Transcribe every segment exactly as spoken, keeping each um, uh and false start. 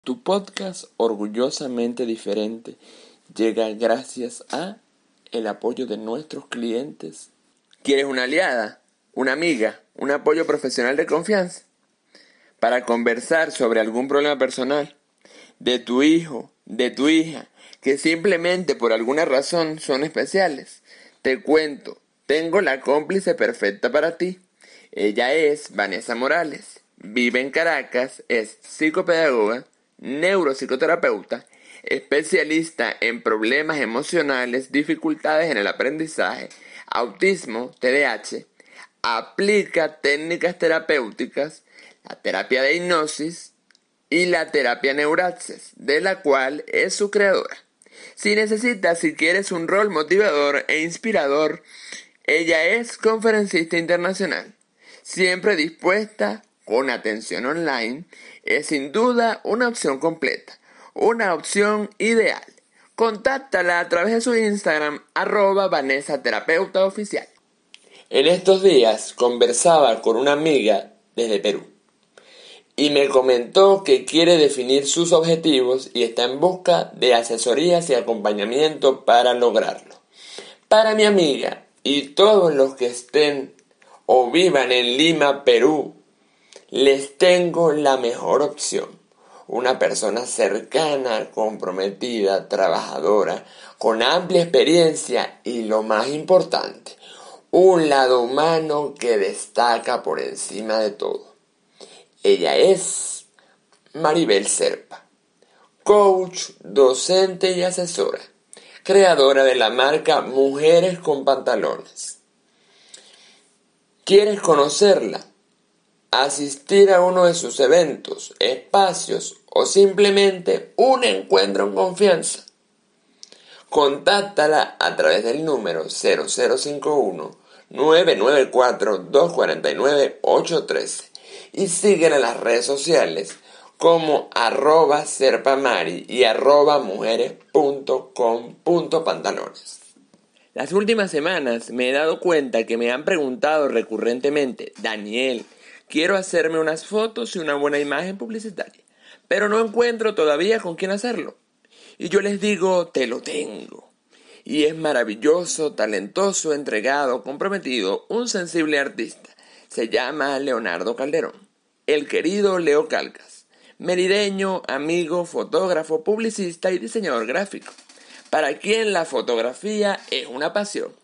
Tu podcast Orgullosamente Diferente llega gracias a el apoyo de nuestros clientes. ¿Quieres una aliada, una amiga, un apoyo profesional de confianza? Para conversar sobre algún problema personal de tu hijo, de tu hija, que simplemente por alguna razón son especiales. Te cuento, tengo la cómplice perfecta para ti. Ella es Vanessa Morales, vive en Caracas, es psicopedagoga, neuropsicoterapeuta, especialista en problemas emocionales, dificultades en el aprendizaje, autismo, T D A H, aplica técnicas terapéuticas, la terapia de hipnosis y la terapia Neuraccess, de la cual es su creadora. Si necesitas, si quieres un rol motivador e inspirador, ella es conferencista internacional, siempre dispuesta, con atención online, es sin duda una opción completa, una opción ideal. Contáctala a través de su Instagram, arroba Vanessa Terapeuta Oficial. En estos días conversaba con una amiga desde Perú y me comentó que quiere definir sus objetivos y está en busca de asesorías y acompañamiento para lograrlo. Para mi amiga y todos los que estén o vivan en Lima, Perú, les tengo la mejor opción. Una persona cercana, comprometida, trabajadora, con amplia experiencia y lo más importante, un lado humano que destaca por encima de todo. Ella es Maribel Serpa, coach, docente y asesora, creadora de la marca Mujeres con Pantalones. ¿Quieres conocerla? Asistir a uno de sus eventos, espacios o simplemente un encuentro en confianza? Contáctala a través del número cero cero cinco uno, nueve nueve cuatro, dos cuatro nueve, ocho uno tres y síguela en las redes sociales como arroba serpamari y arroba mujeres punto com punto pantalones. Las últimas semanas me he dado cuenta que me han preguntado recurrentemente: Daniel, quiero hacerme unas fotos y una buena imagen publicitaria, pero no encuentro todavía con quién hacerlo. Y yo les digo, te lo tengo. Y es maravilloso, talentoso, entregado, comprometido, un sensible artista. Se llama Leonardo Calderón, el querido Leo Calcas, merideño, amigo, fotógrafo, publicista y diseñador gráfico, para quien la fotografía es una pasión.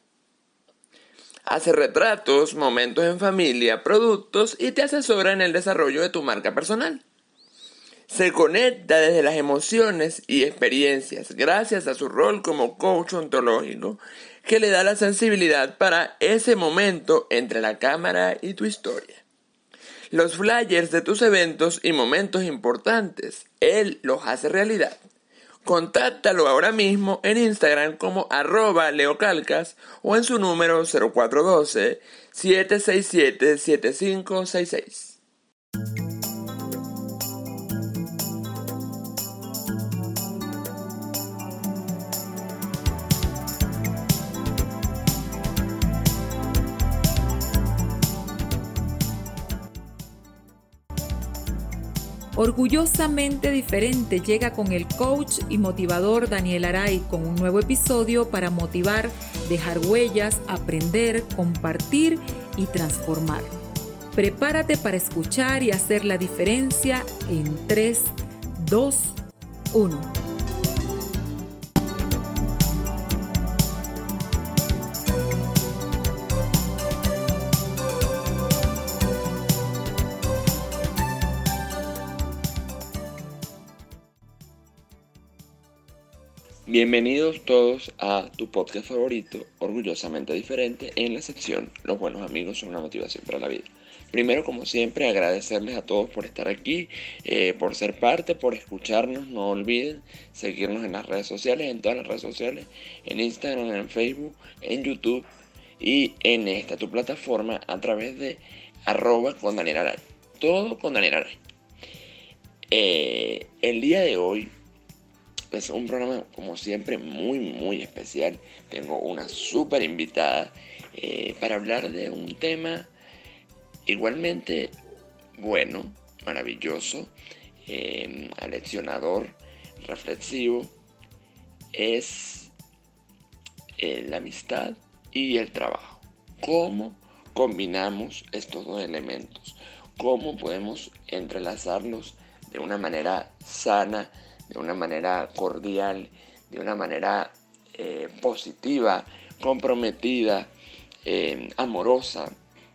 Hace retratos, momentos en familia, productos y te asesora en el desarrollo de tu marca personal. Se conecta desde las emociones y experiencias gracias a su rol como coach ontológico que le da la sensibilidad para ese momento entre la cámara y tu historia. Los flyers de tus eventos y momentos importantes, él los hace realidad. Contáctalo ahora mismo en Instagram como arroba leocalcas o en su número cero cuatro uno dos, siete seis siete, siete cinco seis seis. Orgullosamente Diferente llega con el coach y motivador Daniel Aray con un nuevo episodio para motivar, dejar huellas, aprender, compartir y transformar. Prepárate para escuchar y hacer la diferencia en tres, dos, uno. Bienvenidos todos a tu podcast favorito, Orgullosamente Diferente, en la sección Los buenos amigos son una motivación para la vida. Primero, como siempre, agradecerles a todos por estar aquí, eh, por ser parte, por escucharnos. No olviden seguirnos en las redes sociales, en todas las redes sociales, en Instagram, en Facebook, en YouTube y en esta tu plataforma a través de arroba con Daniel Aray. Todo con Daniel Aray. Eh, el día de hoy es un programa, como siempre, muy, muy especial. Tengo una súper invitada eh, para hablar de un tema igualmente bueno, maravilloso, eh, aleccionador, reflexivo, es eh, la amistad y el trabajo. ¿Cómo combinamos estos dos elementos? ¿Cómo podemos entrelazarlos de una manera sana, de una manera cordial, de una manera eh, positiva, comprometida, eh, amorosa,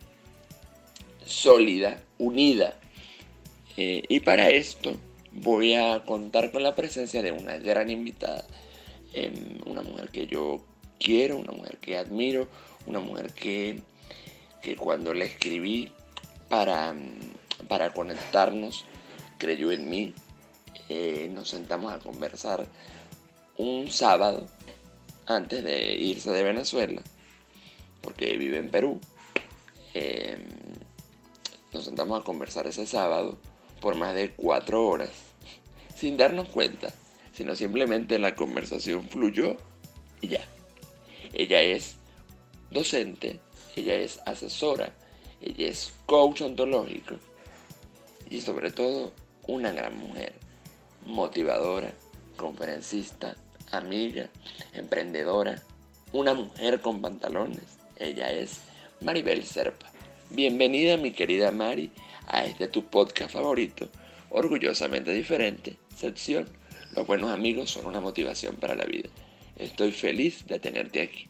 sólida, unida? Eh, y para esto voy a contar con la presencia de una gran invitada, eh, una mujer que yo quiero, una mujer que admiro, una mujer que, que cuando la escribí para, para conectarnos, creyó en mí. Eh, nos sentamos a conversar un sábado antes de irse de Venezuela, porque vive en Perú. Eh, nos sentamos a conversar ese sábado por más de cuatro horas, sin darnos cuenta, sino simplemente la conversación fluyó y ya. Ella es docente, ella es asesora, ella es coach ontológico y sobre todo una gran mujer, motivadora, conferencista, amiga, emprendedora, una mujer con pantalones. Ella es Maribel Serpa. Bienvenida, mi querida Mari, a este tu podcast favorito, Orgullosamente Diferente, sección Los buenos amigos son una motivación para la vida. Estoy feliz de tenerte aquí.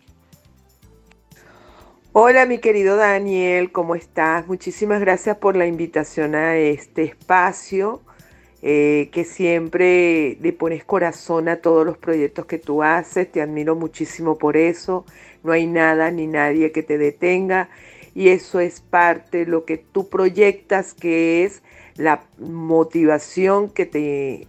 Hola, mi querido Daniel, ¿cómo estás? Muchísimas gracias por la invitación a este espacio, eh, que siempre le pones corazón a todos los proyectos que tú haces. Te admiro muchísimo por eso. No hay nada ni nadie que te detenga. Y eso es parte de lo que tú proyectas, que es la motivación que te,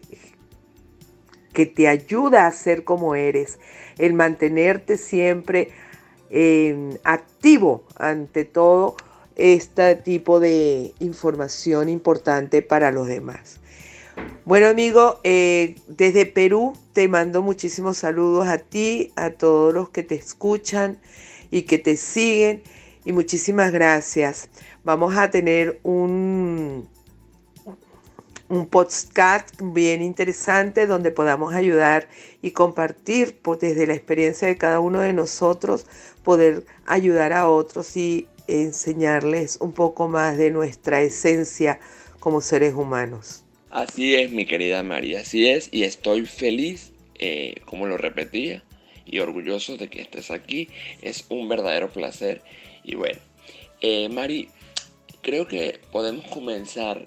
que te ayuda a ser como eres, el mantenerte siempre eh, activo ante todo este tipo de información importante para los demás. Bueno, amigo, eh, desde Perú te mando muchísimos saludos a ti, a todos los que te escuchan y que te siguen. Y muchísimas gracias. Vamos a tener un, un podcast bien interesante donde podamos ayudar y compartir pues, desde la experiencia de cada uno de nosotros, poder ayudar a otros y enseñarles un poco más de nuestra esencia como seres humanos. Así es, mi querida María, así es, y estoy feliz, eh, como lo repetía, y orgulloso de que estés aquí. Es un verdadero placer. Y bueno, eh, Mari, creo que podemos comenzar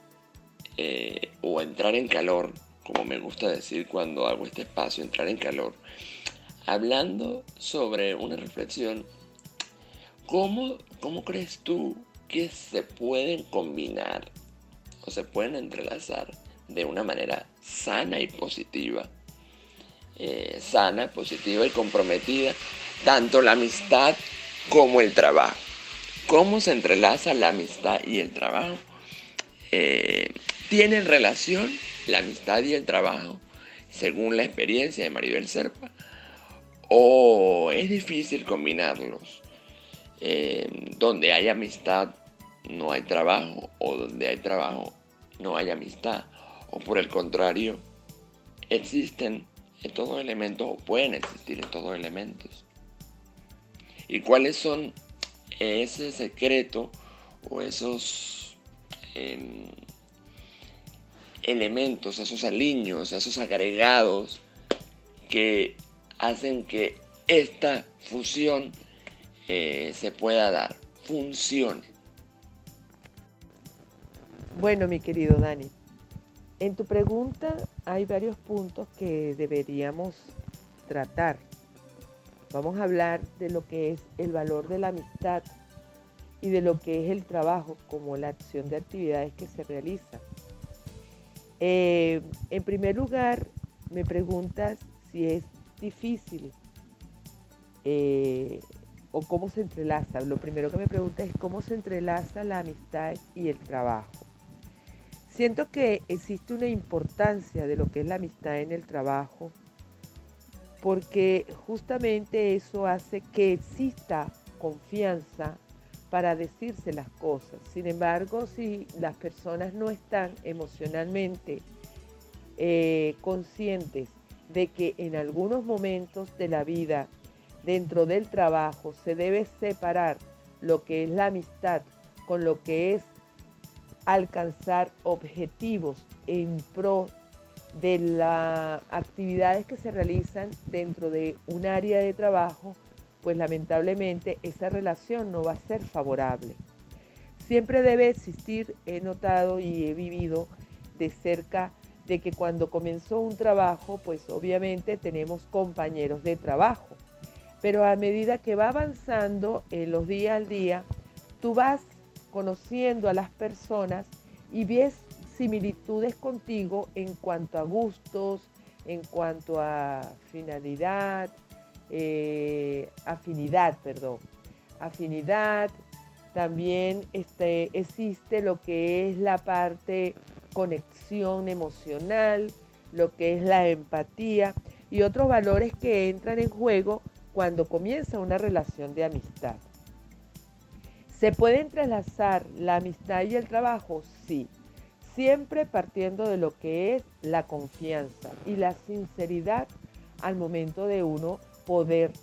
eh, o entrar en calor, como me gusta decir cuando hago este espacio, entrar en calor, hablando sobre una reflexión. ¿Cómo, cómo crees tú que se pueden combinar o se pueden entrelazar de una manera sana y positiva? Eh, sana, positiva y comprometida, tanto la amistad como el trabajo. ¿Cómo se entrelaza la amistad y el trabajo? Eh, ¿Tienen relación la amistad y el trabajo según la experiencia de Maribel Serpa? ¿O es difícil combinarlos? Eh, donde hay amistad no hay trabajo, o donde hay trabajo no hay amistad, o por el contrario, existen estos dos elementos o pueden existir estos dos elementos. ¿Y cuáles son ese secreto o esos eh, elementos, esos aliños, esos agregados que hacen que esta fusión eh, se pueda dar, funcione? Bueno, mi querido Dani, en tu pregunta hay varios puntos que deberíamos tratar. Vamos a hablar de lo que es el valor de la amistad y de lo que es el trabajo como la acción de actividades que se realizan. Eh, en primer lugar, me preguntas si es difícil eh, o cómo se entrelaza. Lo primero que me preguntas es cómo se entrelaza la amistad y el trabajo. Siento que existe una importancia de lo que es la amistad en el trabajo, porque justamente eso hace que exista confianza, para decirse las cosas. Sin embargo, si las personas no están emocionalmente eh, conscientes de que en algunos momentos de la vida, dentro del trabajo, se debe separar lo que es la amistad con lo que es alcanzar objetivos en pro de las actividades que se realizan dentro de un área de trabajo, pues lamentablemente esa relación no va a ser favorable. Siempre debe existir, he notado y he vivido de cerca de que cuando comenzó un trabajo, pues obviamente tenemos compañeros de trabajo, pero a medida que va avanzando en los días al día, tú vas conociendo a las personas y ves similitudes contigo en cuanto a gustos, en cuanto a finalidad, eh, afinidad, perdón, afinidad. También este, existe lo que es la parte conexión emocional, lo que es la empatía y otros valores que entran en juego cuando comienza una relación de amistad. ¿Se puede entrelazar la amistad y el trabajo? Sí, siempre partiendo de lo que es la confianza y la sinceridad al momento de uno poder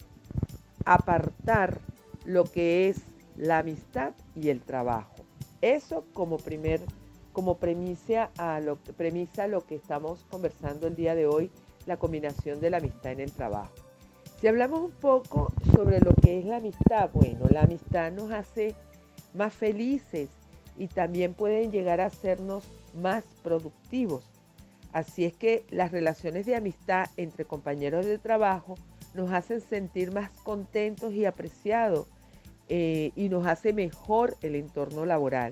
apartar lo que es la amistad y el trabajo. Eso como primer, como premisa a lo, premisa a lo que estamos conversando el día de hoy, la combinación de la amistad en el trabajo. Si hablamos un poco sobre lo que es la amistad, bueno, la amistad nos hace más felices y también pueden llegar a hacernos más productivos. Así es que las relaciones de amistad entre compañeros de trabajo nos hacen sentir más contentos y apreciados eh, y nos hace mejor el entorno laboral.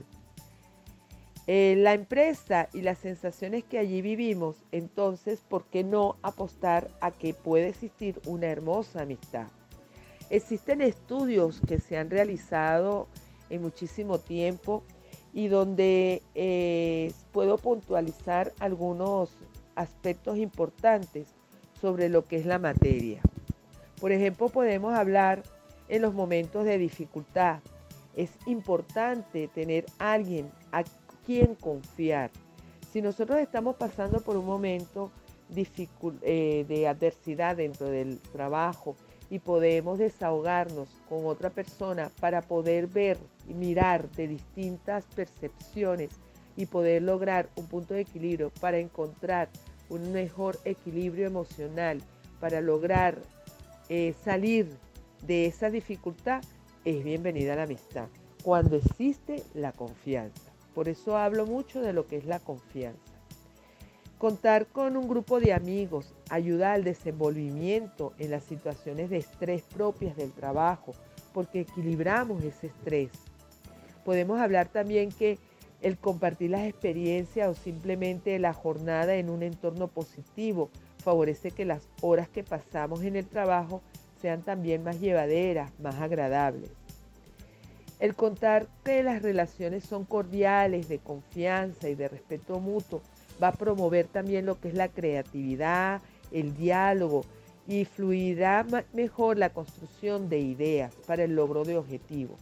Eh, la empresa y las sensaciones que allí vivimos, entonces, ¿por qué no apostar a que puede existir una hermosa amistad? Existen estudios que se han realizado en muchísimo tiempo y donde eh, puedo puntualizar algunos aspectos importantes sobre lo que es la materia. Por ejemplo, podemos hablar en los momentos de dificultad. Es importante tener a alguien a quien confiar. Si nosotros estamos pasando por un momento dificul- eh, de adversidad dentro del trabajo y podemos desahogarnos con otra persona para poder ver y mirar de distintas percepciones y poder lograr un punto de equilibrio para encontrar un mejor equilibrio emocional, para lograr eh, salir de esa dificultad, es bienvenida la amistad, cuando existe la confianza. Por eso hablo mucho de lo que es la confianza. Contar con un grupo de amigos ayuda al desenvolvimiento en las situaciones de estrés propias del trabajo, porque equilibramos ese estrés. Podemos hablar también que el compartir las experiencias o simplemente la jornada en un entorno positivo favorece que las horas que pasamos en el trabajo sean también más llevaderas, más agradables. El contar que las relaciones son cordiales, de confianza y de respeto mutuo, va a promover también lo que es la creatividad, el diálogo y fluirá mejor la construcción de ideas para el logro de objetivos.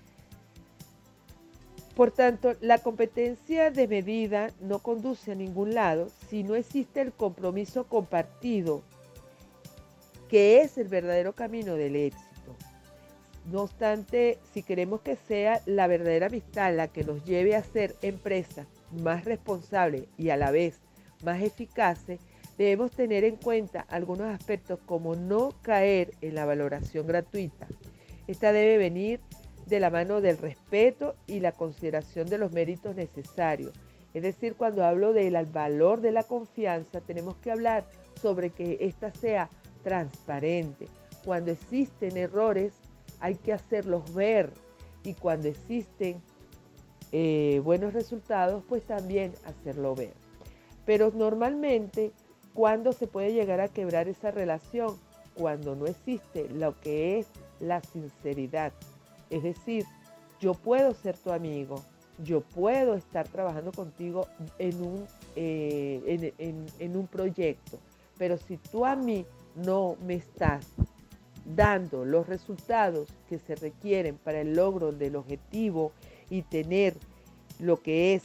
Por tanto, la competencia desmedida no conduce a ningún lado si no existe el compromiso compartido, que es el verdadero camino del éxito. No obstante, si queremos que sea la verdadera amistad la que nos lleve a ser empresas más responsables y a la vez más eficaces, debemos tener en cuenta algunos aspectos como no caer en la valoración gratuita. Esta debe venir de la mano del respeto y la consideración de los méritos necesarios. Es decir, cuando hablo del valor de la confianza, tenemos que hablar sobre que ésta sea transparente. Cuando existen errores, hay que hacerlos ver, y cuando existen eh, buenos resultados, pues también hacerlo ver. Pero normalmente, ¿cuándo se puede llegar a quebrar esa relación? Cuando no existe lo que es la sinceridad. Es decir, yo puedo ser tu amigo, yo puedo estar trabajando contigo en un, eh, en, en, en un proyecto, pero si tú a mí no me estás dando los resultados que se requieren para el logro del objetivo y tener lo que es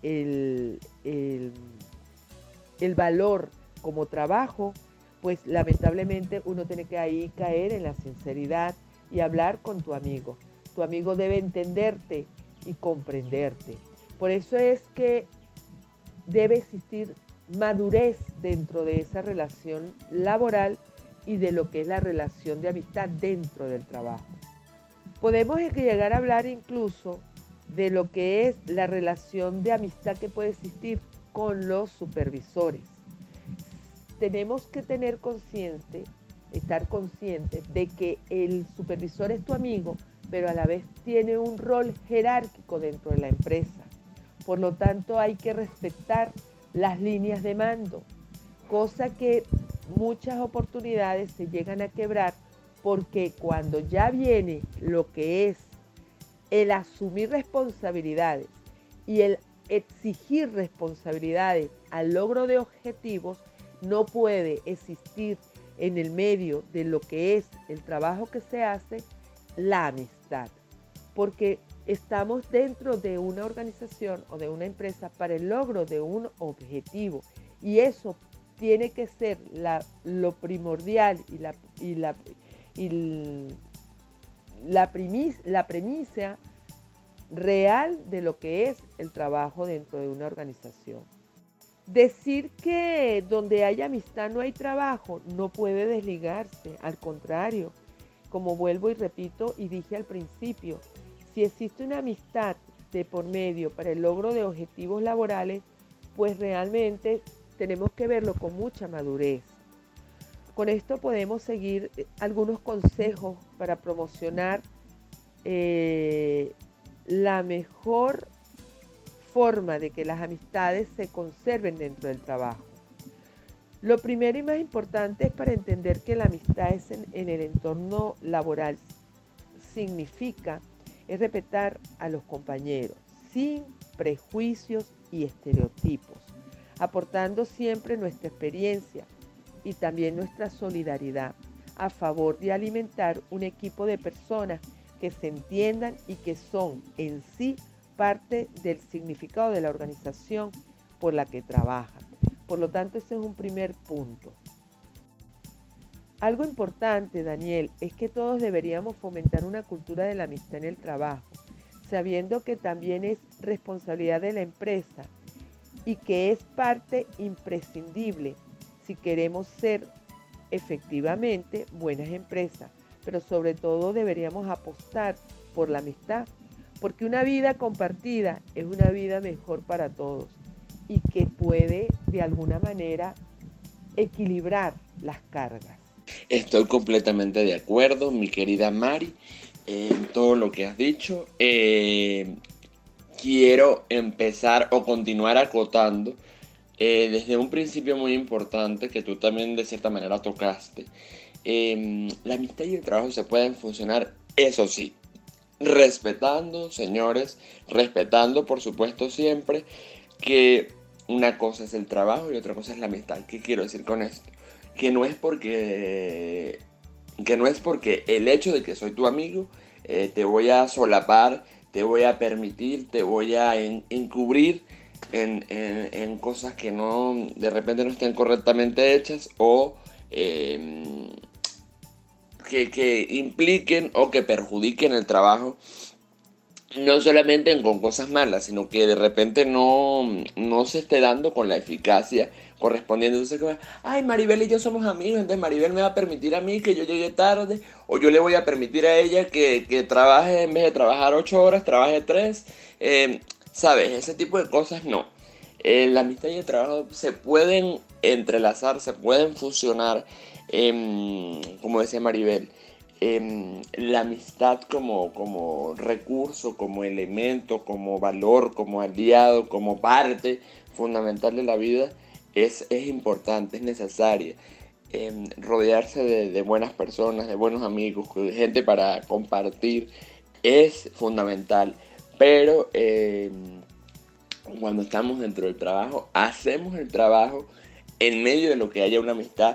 el, el, el valor como trabajo, pues lamentablemente uno tiene que ahí caer en la sinceridad y hablar con tu amigo. Tu amigo debe entenderte y comprenderte. Por eso es que debe existir madurez dentro de esa relación laboral y de lo que es la relación de amistad dentro del trabajo. Podemos llegar a hablar incluso de lo que es la relación de amistad que puede existir con los supervisores. Tenemos que tener consciente, estar conscientes de que el supervisor es tu amigo, pero a la vez tiene un rol jerárquico dentro de la empresa. Por lo tanto, hay que respetar las líneas de mando, cosa que muchas oportunidades se llegan a quebrar porque cuando ya viene lo que es el asumir responsabilidades y el exigir responsabilidades al logro de objetivos, no puede existir en el medio de lo que es el trabajo que se hace la amistad, porque estamos dentro de una organización o de una empresa para el logro de un objetivo y eso tiene que ser la, lo primordial y la, y la, y la, primis, la premisa real de lo que es el trabajo dentro de una organización. Decir que donde hay amistad no hay trabajo no puede desligarse, al contrario, como vuelvo y repito y dije al principio, si existe una amistad de por medio para el logro de objetivos laborales, pues realmente tenemos que verlo con mucha madurez. Con esto podemos seguir algunos consejos para promocionar eh, la mejor forma de que las amistades se conserven dentro del trabajo. Lo primero y más importante es para entender que la amistad es en, en el entorno laboral significa es respetar a los compañeros sin prejuicios y estereotipos, aportando siempre nuestra experiencia y también nuestra solidaridad a favor de alimentar un equipo de personas que se entiendan y que son en sí parte del significado de la organización por la que trabajan. Por lo tanto, ese es un primer punto. Algo importante, Daniel, es que todos deberíamos fomentar una cultura de la amistad en el trabajo, sabiendo que también es responsabilidad de la empresa y que es parte imprescindible si queremos ser efectivamente buenas empresas, pero sobre todo deberíamos apostar por la amistad, porque una vida compartida es una vida mejor para todos y que puede de alguna manera equilibrar las cargas. Estoy completamente de acuerdo, mi querida Mari, en todo lo que has dicho. Eh, quiero empezar o continuar acotando eh, desde un principio muy importante que tú también de cierta manera tocaste. Eh, la amistad y el trabajo se pueden funcionar, eso sí, respetando, señores, respetando por supuesto siempre que una cosa es el trabajo y otra cosa es la amistad. ¿Qué quiero decir con esto? Que no es porque, que no es porque el hecho de que soy tu amigo eh, te voy a solapar, te voy a permitir, te voy a en, encubrir en, en, en cosas que no de repente no estén correctamente hechas o eh, que, que impliquen o que perjudiquen el trabajo. No solamente con cosas malas, sino que de repente no, no se esté dando con la eficacia correspondiente. Entonces, ay, Maribel y yo somos amigos, entonces Maribel me va a permitir a mí que yo llegue tarde, o yo le voy a permitir a ella que, que trabaje, en vez de trabajar ocho horas, trabaje tres. Eh, ¿Sabes? Ese tipo de cosas no. Eh, la amistad y el trabajo se pueden entrelazar, se pueden fusionar, eh, como decía Maribel. Eh, la amistad como, como recurso, como elemento, como valor, como aliado, como parte fundamental de la vida es, es importante, es necesaria. Eh, rodearse de, de buenas personas, de buenos amigos, de gente para compartir es fundamental, pero eh, cuando estamos dentro del trabajo, hacemos el trabajo en medio de lo que haya una amistad,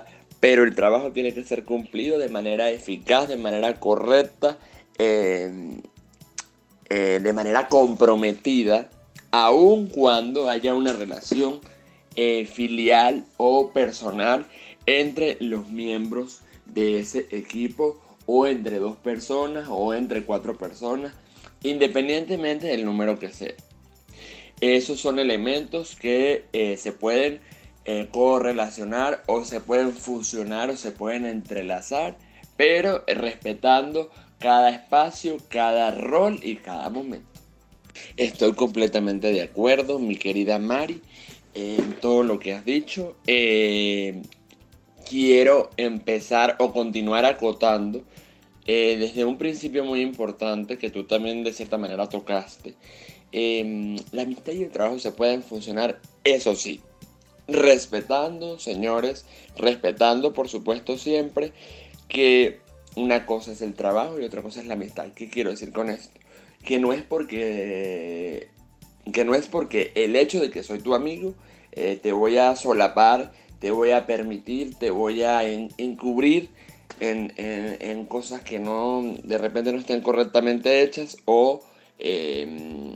pero el trabajo tiene que ser cumplido de manera eficaz, de manera correcta, eh, eh, de manera comprometida, aun cuando haya una relación eh, filial o personal entre los miembros de ese equipo, o entre dos personas o entre cuatro personas, independientemente del número que sea. Esos son elementos que eh, se pueden eh, correlacionar o se pueden fusionar o se pueden entrelazar, pero eh, respetando cada espacio, cada rol y cada momento. Estoy completamente de acuerdo, mi querida Mari, en todo lo que has dicho. Eh, quiero empezar o continuar acotando eh, desde un principio muy importante que tú también de cierta manera tocaste. Eh, la amistad y el trabajo se pueden funcionar, eso sí, respetando, señores, respetando por supuesto siempre que una cosa es el trabajo y otra cosa es la amistad. ¿Qué quiero decir con esto? Que no es porque, que no es porque el hecho de que soy tu amigo eh, te voy a solapar, te voy a permitir, te voy a en, encubrir en, en, en cosas que no, de repente no estén correctamente hechas o eh,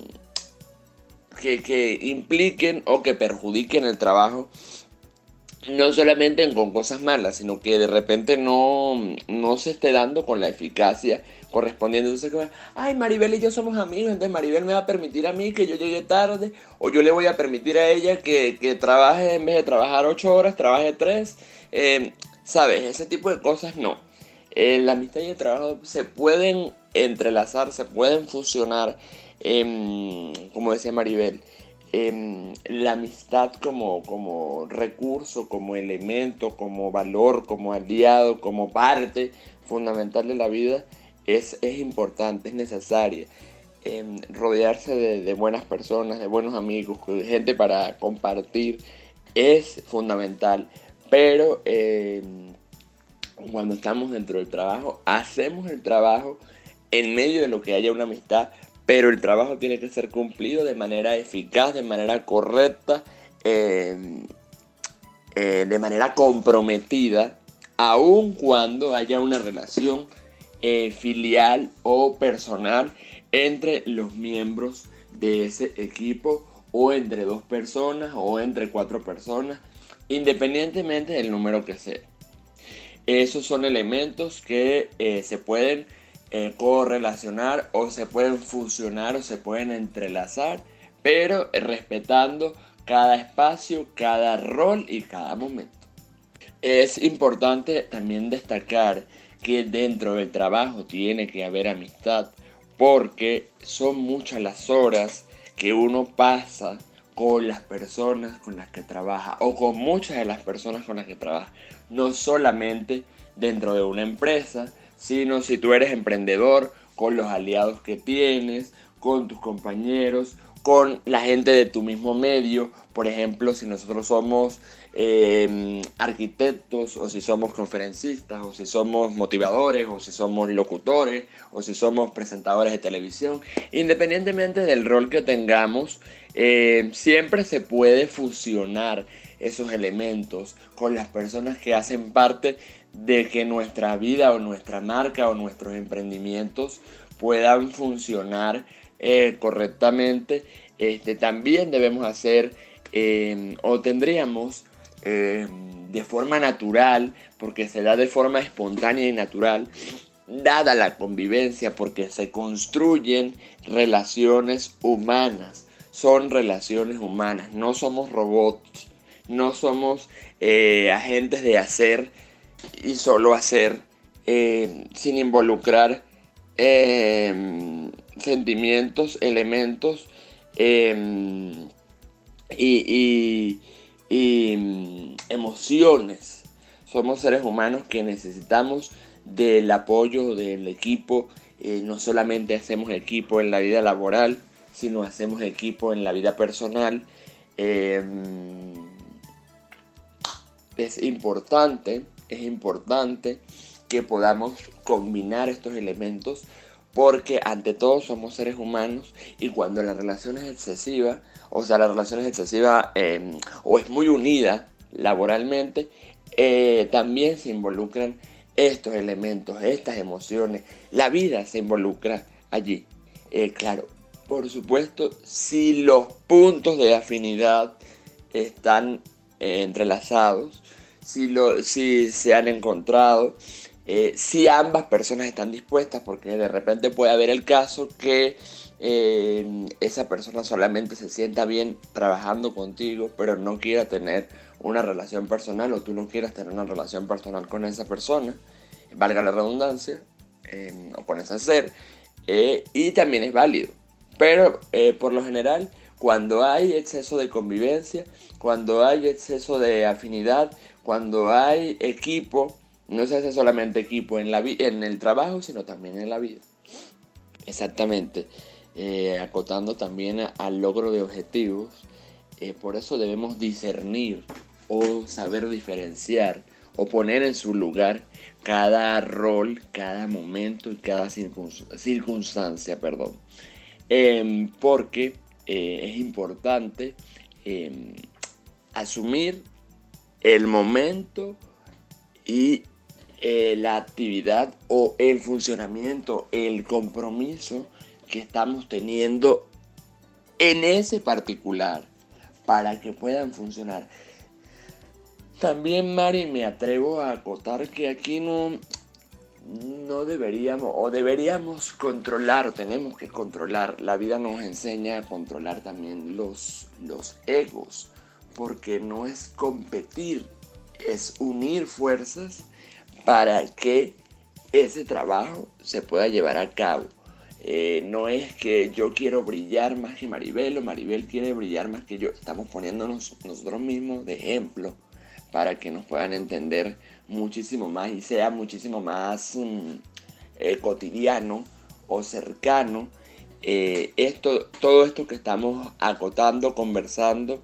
que, que impliquen o que perjudiquen el trabajo, no solamente con cosas malas, sino que de repente no, no se esté dando con la eficacia correspondiente. Entonces, ay, Maribel y yo somos amigos, entonces Maribel me va a permitir a mí que yo llegue tarde, o yo le voy a permitir a ella que, que trabaje, en vez de trabajar ocho horas, trabaje tres. Eh, ¿Sabes? Ese tipo de cosas no. Eh, la amistad y el trabajo se pueden entrelazar, se pueden fusionar, eh, como decía Maribel. Eh, la amistad como, como recurso, como elemento, como valor, como aliado, como parte fundamental de la vida es, es importante, es necesaria. Eh, rodearse de, de buenas personas, de buenos amigos, de gente para compartir es fundamental, pero eh, cuando estamos dentro del trabajo, hacemos el trabajo en medio de lo que haya una amistad, pero el trabajo tiene que ser cumplido de manera eficaz, de manera correcta, eh, eh, de manera comprometida, aun cuando haya una relación eh, filial o personal entre los miembros de ese equipo, o entre dos personas o entre cuatro personas, independientemente del número que sea. Esos son elementos que eh, se pueden Eh, correlacionar o se pueden fusionar o se pueden entrelazar, pero eh, respetando cada espacio, cada rol y cada momento. Es importante también destacar que dentro del trabajo tiene que haber amistad, porque son muchas las horas que uno pasa con las personas con las que trabaja, o con muchas de las personas con las que trabaja, no solamente dentro de una empresa, sino si tú eres emprendedor, con los aliados que tienes, con tus compañeros, con la gente de tu mismo medio. Por ejemplo, si nosotros somos eh, arquitectos, o si somos conferencistas, o si somos motivadores, o si somos locutores, o si somos presentadores de televisión, independientemente del rol que tengamos, eh, siempre se puede fusionar esos elementos con las personas que hacen parte de que nuestra vida o nuestra marca o nuestros emprendimientos puedan funcionar eh, correctamente. Este, también debemos hacer eh, o tendríamos eh, de forma natural, porque se da de forma espontánea y natural, dada la convivencia, porque se construyen relaciones humanas, son relaciones humanas, no somos robots, no somos eh, agentes de hacer y solo hacer, eh, sin involucrar eh, sentimientos, elementos eh, y, y, y emociones. Somos seres humanos que necesitamos del apoyo del equipo. Eh, no solamente hacemos equipo en la vida laboral, sino hacemos equipo en la vida personal. Eh, es importante Es importante que podamos combinar estos elementos, porque ante todo somos seres humanos, y cuando la relación es excesiva, o sea, la relación es excesiva eh, o es muy unida laboralmente, eh, también se involucran estos elementos, estas emociones. La vida se involucra allí. Eh, claro, por supuesto, si los puntos de afinidad están eh, entrelazados, si, lo, si se han encontrado, eh, si ambas personas están dispuestas, porque de repente puede haber el caso que eh, esa persona solamente se sienta bien trabajando contigo, pero no quiera tener una relación personal, o tú no quieras tener una relación personal con esa persona, valga la redundancia, eh, o pones a hacer, eh, y también es válido. Pero eh, por lo general, cuando hay exceso de convivencia, cuando hay exceso de afinidad, cuando hay equipo, no se hace solamente equipo en, la vi- en el trabajo, sino también en la vida. Exactamente. Eh, acotando también a- al logro de objetivos, eh, por eso debemos discernir o saber diferenciar o poner en su lugar cada rol, cada momento y cada circunst- circunstancia, perdón. Eh, porque eh, es importante eh, asumir el momento y eh, la actividad o el funcionamiento, el compromiso que estamos teniendo en ese particular para que puedan funcionar. También, Mari, me atrevo a acotar que aquí no, no deberíamos, o deberíamos controlar, o tenemos que controlar. La vida nos enseña a controlar también los, los egos, porque no es competir, es unir fuerzas para que ese trabajo se pueda llevar a cabo. Eh, no es que yo quiero brillar más que Maribel o Maribel quiere brillar más que yo. Estamos poniéndonos nosotros mismos de ejemplo para que nos puedan entender muchísimo más y sea muchísimo más mm, eh, cotidiano o cercano eh, esto, todo esto que estamos acotando, conversando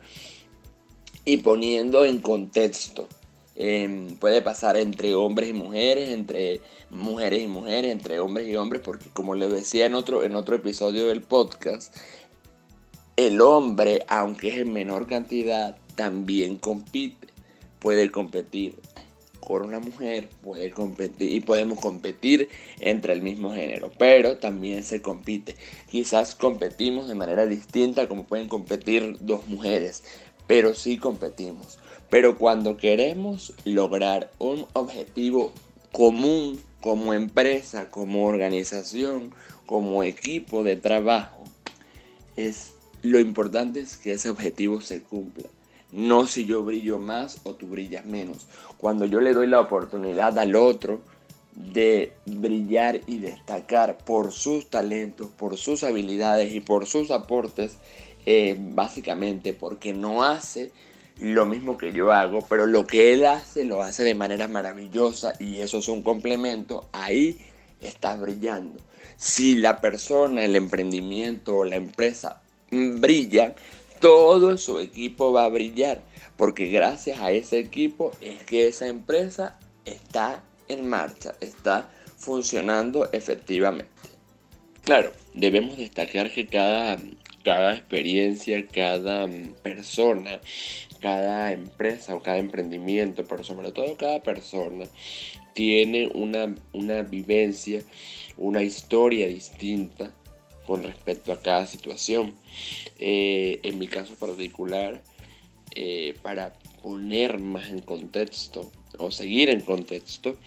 y poniendo en contexto. Eh, puede pasar entre hombres y mujeres, entre mujeres y mujeres, entre hombres y hombres, porque como les decía en otro, en otro episodio del podcast, el hombre, aunque es en menor cantidad, también compite. Puede competir con una mujer, puede competir y podemos competir entre el mismo género, pero también se compite. Quizás competimos de manera distinta como pueden competir dos mujeres, pero sí competimos. Pero cuando queremos lograr un objetivo común como empresa, como organización, como equipo de trabajo, es, lo importante es que ese objetivo se cumpla. No si yo brillo más o tú brillas menos. Cuando yo le doy la oportunidad al otro de brillar y destacar por sus talentos, por sus habilidades y por sus aportes, eh, básicamente porque no hace lo mismo que yo hago, pero lo que él hace lo hace de manera maravillosa y eso es un complemento, ahí estás brillando. Si la persona, el emprendimiento o la empresa brilla, todo su equipo va a brillar, porque gracias a ese equipo es que esa empresa está en marcha, está funcionando efectivamente. Claro, debemos destacar que cada, cada experiencia, cada persona, cada empresa o cada emprendimiento, pero sobre todo cada persona, tiene una, una vivencia, una historia distinta con respecto a cada situación. Eh, en mi caso particular, eh, para poner más en contexto o seguir en contexto,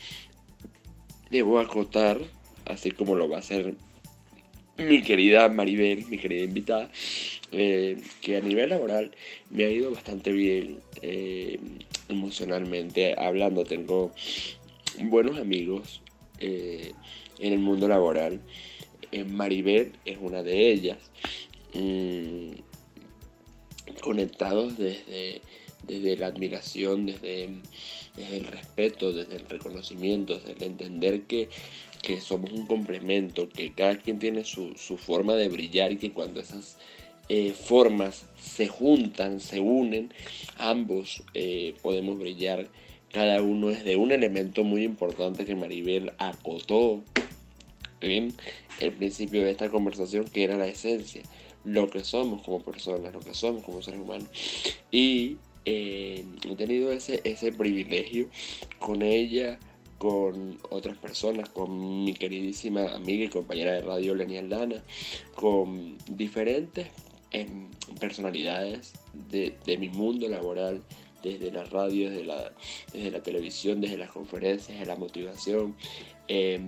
debo acotar, así como lo va a hacer mi querida Maribel, mi querida invitada, eh, que a nivel laboral me ha ido bastante bien eh, emocionalmente hablando. Tengo buenos amigos eh, en el mundo laboral. Eh, Maribel es una de ellas. Mm, conectados desde, desde la admiración, desde, desde el respeto, desde el reconocimiento, desde el entender que, que somos un complemento, que cada quien tiene su, su forma de brillar y que cuando esas eh, formas se juntan, se unen, ambos eh, podemos brillar. Cada uno es de un elemento muy importante que Maribel acotó en el principio de esta conversación, que era la esencia, lo que somos como personas, lo que somos como seres humanos. Y eh, tenido ese, ese privilegio con ella, con otras personas, con mi queridísima amiga y compañera de radio Leni Aldana, con diferentes eh, personalidades de, de mi mundo laboral, desde la radio, desde la, desde la televisión, desde las conferencias, de la motivación. Eh,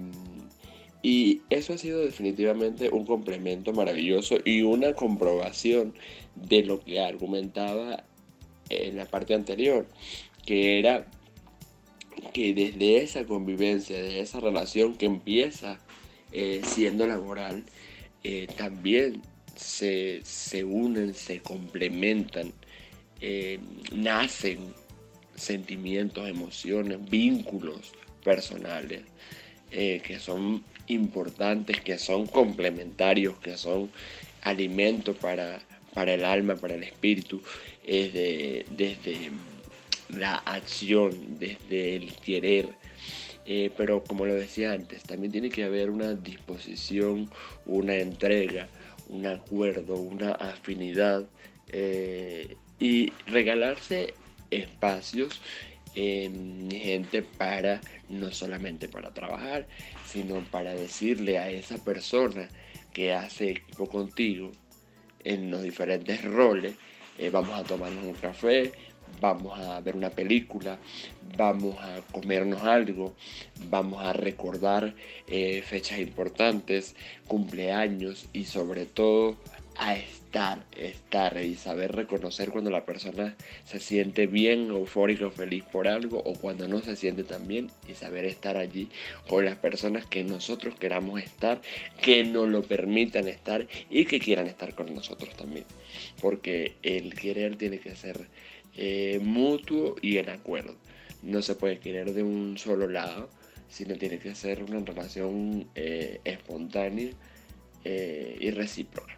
y eso ha sido definitivamente un complemento maravilloso y una comprobación de lo que argumentaba en la parte anterior, que era que desde esa convivencia, desde esa relación que empieza eh, siendo laboral, eh, también se, se unen, se complementan, eh, nacen sentimientos, emociones, vínculos personales eh, que son importantes, que son complementarios, que son alimento para, para el alma, para el espíritu, eh, de, desde la acción, desde el querer, eh, pero como lo decía antes, también tiene que haber una disposición, una entrega, un acuerdo, una afinidad, eh, y regalarse espacios, eh, gente para, no solamente para trabajar, sino para decirle a esa persona que hace equipo contigo en los diferentes roles, eh, vamos a tomarnos un café, vamos a ver una película, vamos a comernos algo, vamos a recordar eh, fechas importantes, cumpleaños y sobre todo a estar, estar y saber reconocer cuando la persona se siente bien, eufórica o feliz por algo o cuando no se siente tan bien y saber estar allí con las personas que nosotros queramos estar, que nos lo permitan estar y que quieran estar con nosotros también. Porque el querer tiene que ser eh, mutuo y en acuerdo. No se puede querer de un solo lado, sino tiene que ser una relación eh, espontánea eh, y recíproca.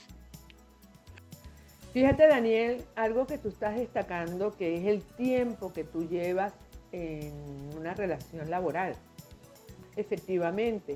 Fíjate, Daniel, algo que tú estás destacando, que es el tiempo que tú llevas en una relación laboral. Efectivamente,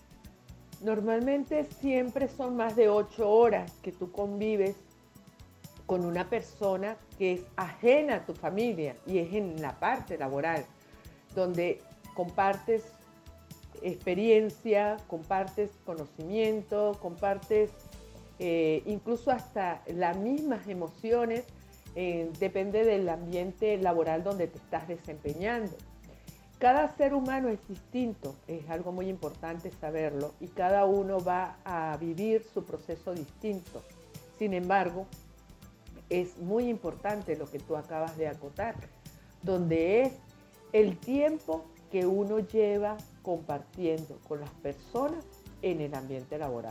normalmente siempre son más de ocho horas que tú convives con una persona que es ajena a tu familia y es en la parte laboral, donde compartes experiencia, compartes conocimiento, compartes Eh, incluso hasta las mismas emociones, eh, depende del ambiente laboral donde te estás desempeñando. Cada ser humano es distinto, es algo muy importante saberlo, y cada uno va a vivir su proceso distinto. Sin embargo, es muy importante lo que tú acabas de acotar, donde es el tiempo que uno lleva compartiendo con las personas en el ambiente laboral.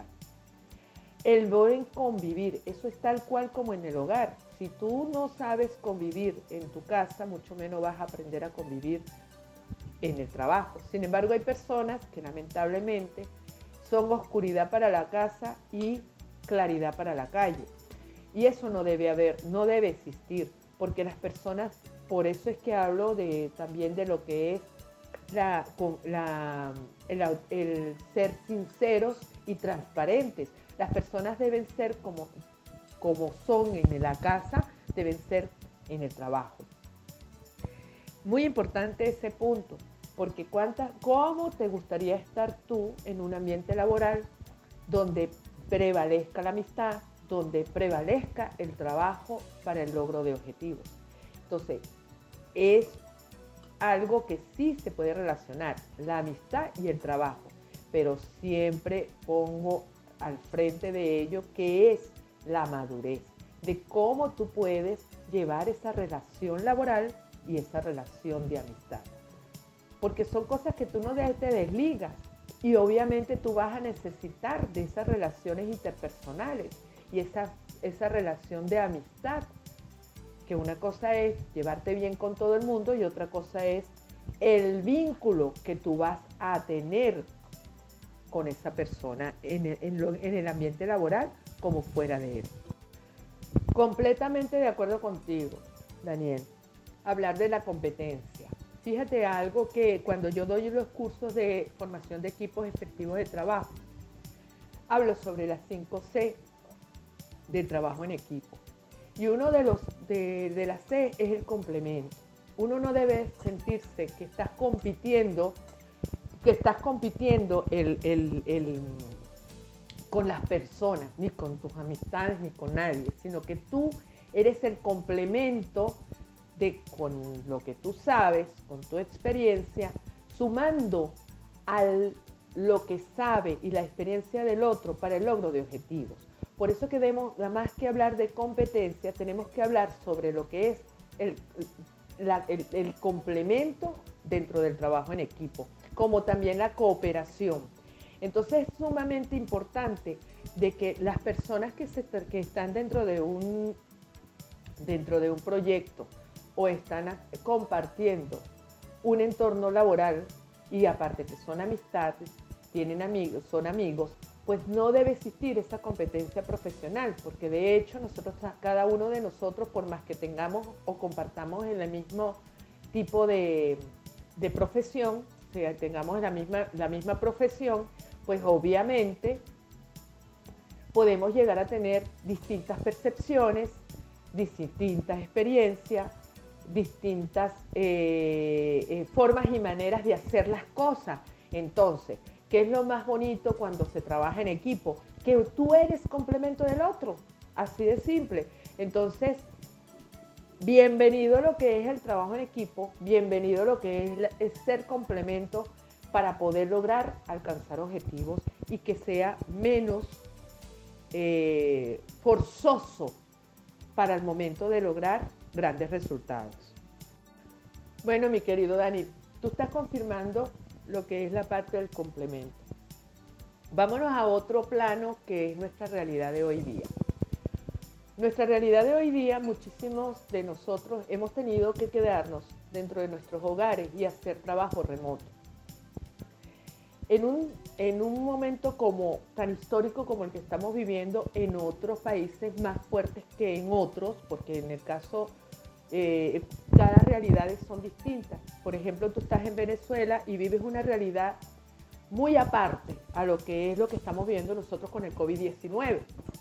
El buen convivir, eso es tal cual como en el hogar. Si tú no sabes convivir en tu casa, mucho menos vas a aprender a convivir en el trabajo. Sin embargo, hay personas que lamentablemente son oscuridad para la casa y claridad para la calle. Y eso no debe haber, no debe existir, porque las personas, por eso es que hablo de, también de lo que es la, la, el, el ser sinceros y transparentes. Las personas deben ser como, como son en la casa, deben ser en el trabajo. Muy importante ese punto, porque cuánta, ¿cómo te gustaría estar tú en un ambiente laboral donde prevalezca la amistad, donde prevalezca el trabajo para el logro de objetivos? Entonces, es algo que sí se puede relacionar, la amistad y el trabajo, pero siempre pongo al frente de ello que es la madurez, de cómo tú puedes llevar esa relación laboral y esa relación de amistad. Porque son cosas que tú no te desligas y obviamente tú vas a necesitar de esas relaciones interpersonales y esa, esa relación de amistad, que una cosa es llevarte bien con todo el mundo y otra cosa es el vínculo que tú vas a tener con esa persona en el, en, lo, en el ambiente laboral como fuera de él. Completamente de acuerdo contigo, Daniel. Hablar de la competencia. Fíjate algo que cuando yo doy los cursos de formación de equipos efectivos de trabajo, hablo sobre las cinco C del trabajo en equipo. Y uno de los de, de la C es el complemento. Uno no debe sentirse que estás compitiendo, que estás compitiendo el, el, el, con las personas, ni con tus amistades, ni con nadie, sino que tú eres el complemento de con lo que tú sabes, con tu experiencia, sumando a lo que sabe y la experiencia del otro para el logro de objetivos. Por eso que debemos, nada más que hablar de competencia, tenemos que hablar sobre lo que es el, la, el, el complemento dentro del trabajo en equipo, como también la cooperación. Entonces es sumamente importante de que las personas que, se, que están dentro de, un, dentro de un proyecto o están compartiendo un entorno laboral y aparte que son amistades, tienen amigos, son amigos, pues no debe existir esa competencia profesional, porque de hecho nosotros, cada uno de nosotros, por más que tengamos o compartamos en el mismo tipo de, de profesión, o sea, tengamos la misma, la misma profesión, pues obviamente podemos llegar a tener distintas percepciones, distintas experiencias, distintas eh, eh, formas y maneras de hacer las cosas. Entonces, ¿qué es lo más bonito cuando se trabaja en equipo? Que tú eres complemento del otro, así de simple. Entonces, bienvenido lo que es el trabajo en equipo, bienvenido lo que es, es ser complemento para poder lograr alcanzar objetivos y que sea menos eh, forzoso para el momento de lograr grandes resultados. Bueno, mi querido Dani, tú estás confirmando lo que es la parte del complemento. Vámonos a otro plano que es nuestra realidad de hoy día. Nuestra realidad de hoy día, muchísimos de nosotros hemos tenido que quedarnos dentro de nuestros hogares y hacer trabajo remoto. En un, en un momento como, tan histórico como el que estamos viviendo en otros países más fuertes que en otros, porque en el caso, eh, cada realidad son distintas. Por ejemplo, tú estás en Venezuela y vives una realidad muy aparte a lo que es lo que estamos viendo nosotros con el COVID diecinueve.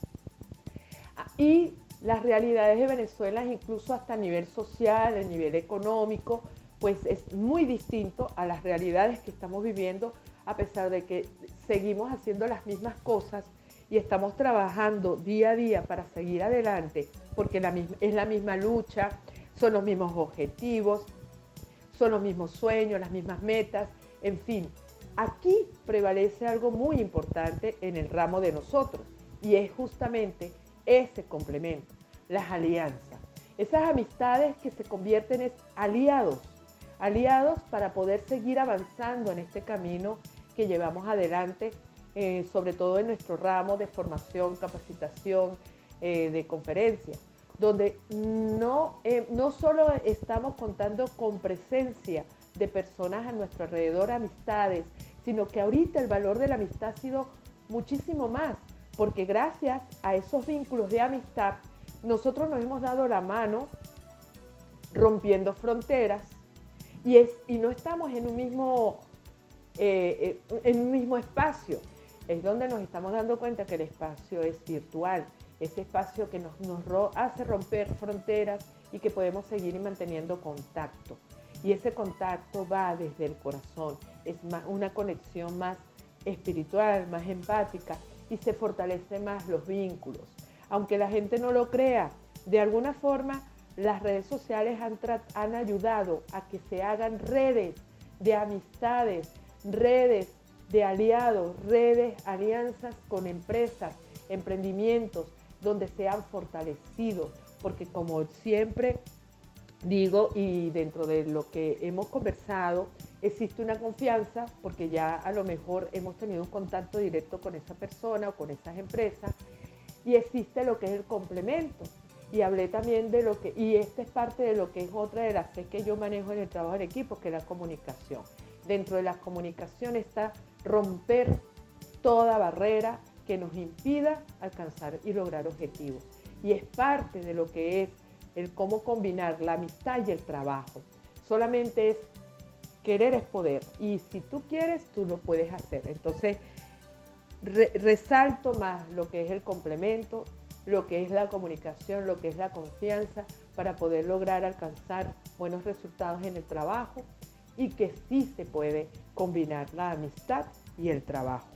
Y las realidades de Venezuela, incluso hasta a nivel social, a nivel económico, pues es muy distinto a las realidades que estamos viviendo, a pesar de que seguimos haciendo las mismas cosas y estamos trabajando día a día para seguir adelante, porque la misma, es la misma lucha, son los mismos objetivos, son los mismos sueños, las mismas metas, en fin. Aquí prevalece algo muy importante en el ramo de nosotros y es justamente ese complemento, las alianzas. Esas amistades que se convierten en aliados, aliados para poder seguir avanzando en este camino que llevamos adelante, eh, sobre todo en nuestro ramo de formación, capacitación, eh, de conferencias, donde no, eh, no solo estamos contando con presencia de personas a nuestro alrededor, amistades, sino que ahorita el valor de la amistad ha sido muchísimo más, porque gracias a esos vínculos de amistad, nosotros nos hemos dado la mano rompiendo fronteras y, es, y no estamos en un mismo, eh, en un mismo espacio. Es donde nos estamos dando cuenta que el espacio es virtual, ese espacio que nos, nos ro- hace romper fronteras y que podemos seguir manteniendo contacto. Y ese contacto va desde el corazón, es más, una conexión más espiritual, más empática, y se fortalecen más los vínculos. Aunque la gente no lo crea, de alguna forma las redes sociales han, han ayudado a que se hagan redes de amistades, redes de aliados, redes, alianzas con empresas, emprendimientos, donde se han fortalecido, porque como siempre digo, y dentro de lo que hemos conversado, existe una confianza porque ya a lo mejor hemos tenido un contacto directo con esa persona o con esas empresas, y existe lo que es el complemento. Y hablé también de lo que, y esta es parte de lo que es otra de las que yo manejo en el trabajo en equipo, que es la comunicación. Dentro de la comunicación está romper toda barrera que nos impida alcanzar y lograr objetivos. Y es parte de lo que es el cómo combinar la amistad y el trabajo. Solamente es querer es poder. Y si tú quieres, tú lo puedes hacer. Entonces, re- resalto más lo que es el complemento, lo que es la comunicación, lo que es la confianza, para poder lograr alcanzar buenos resultados en el trabajo y que sí se puede combinar la amistad y el trabajo.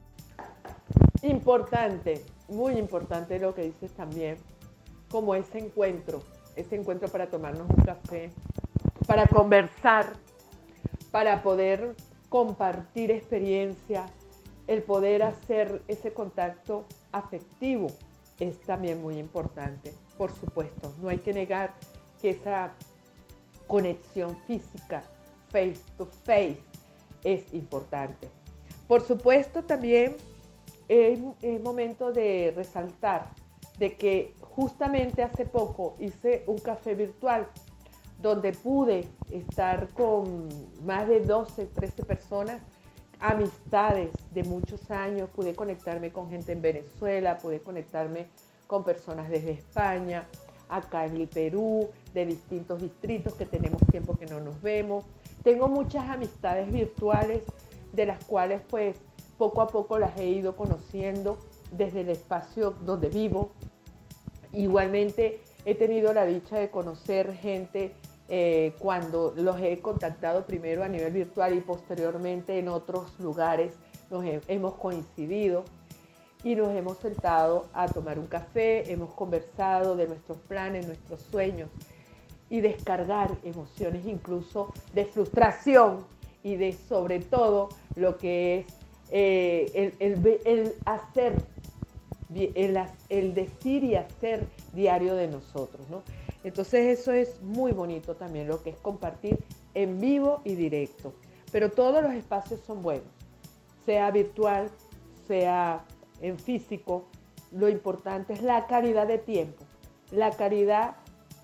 Importante, muy importante lo que dices también, como ese encuentro, ese encuentro para tomarnos un café, para conversar, para poder compartir experiencia, el poder hacer ese contacto afectivo es también muy importante. Por supuesto, no hay que negar que esa conexión física, face to face, es importante. Por supuesto, también es, es momento de resaltar de que justamente hace poco hice un café virtual donde pude estar con más de doce, trece personas, amistades de muchos años, pude conectarme con gente en Venezuela, pude conectarme con personas desde España, acá en el Perú, de distintos distritos que tenemos tiempo que no nos vemos. Tengo muchas amistades virtuales de las cuales pues poco a poco las he ido conociendo desde el espacio donde vivo. Igualmente he tenido la dicha de conocer gente eh, cuando los he contactado primero a nivel virtual y posteriormente en otros lugares nos he, hemos coincidido y nos hemos sentado a tomar un café, hemos conversado de nuestros planes, nuestros sueños y descargar emociones incluso de frustración y de sobre todo lo que es eh, el, el, el hacer, el, el decir y hacer diario de nosotros, ¿no? Entonces eso es muy bonito también, lo que es compartir en vivo y directo. Pero todos los espacios son buenos, sea virtual, sea en físico. Lo importante es la calidad de tiempo, la calidad